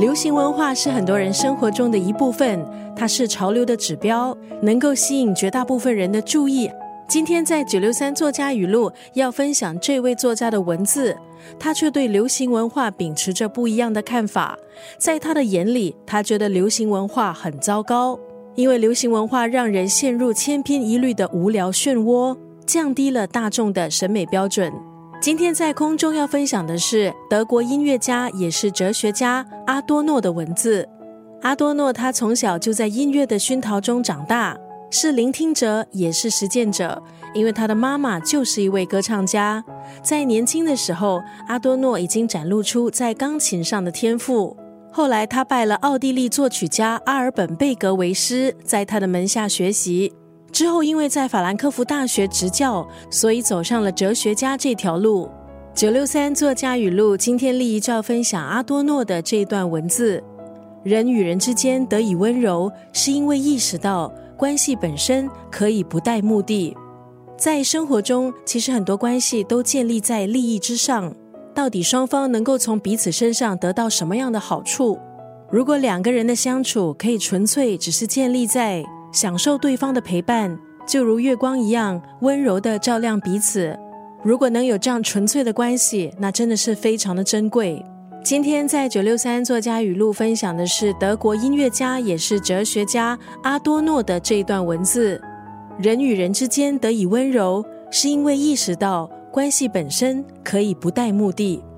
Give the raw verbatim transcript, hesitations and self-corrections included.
流行文化是很多人生活中的一部分，它是潮流的指标，能够吸引绝大部分人的注意。今天在九六三作家语录要分享这位作家的文字，他却对流行文化秉持着不一样的看法。在他的眼里，他觉得流行文化很糟糕，因为流行文化让人陷入千篇一律的无聊漩涡，降低了大众的审美标准。今天在空中要分享的是德国音乐家也是哲学家阿多诺的文字。阿多诺他从小就在音乐的熏陶中长大，是聆听者也是实践者，因为他的妈妈就是一位歌唱家。在年轻的时候，阿多诺已经展露出在钢琴上的天赋。后来他拜了奥地利作曲家阿尔本贝格为师，在他的门下学习。之后因为在法兰克福大学执教，所以走上了哲学家这条路。九六三作家语录今天立一照分享阿多诺的这段文字。人与人之间得以温柔，是因为意识到关系本身可以不带目的。在生活中，其实很多关系都建立在利益之上，到底双方能够从彼此身上得到什么样的好处？如果两个人的相处可以纯粹只是建立在享受对方的陪伴，就如月光一样温柔地照亮彼此，如果能有这样纯粹的关系，那真的是非常的珍贵。今天在九六三作家语录分享的是德国音乐家也是哲学家阿多诺的这一段文字。人与人之间得以温柔，是因为意识到关系本身可以不带目的。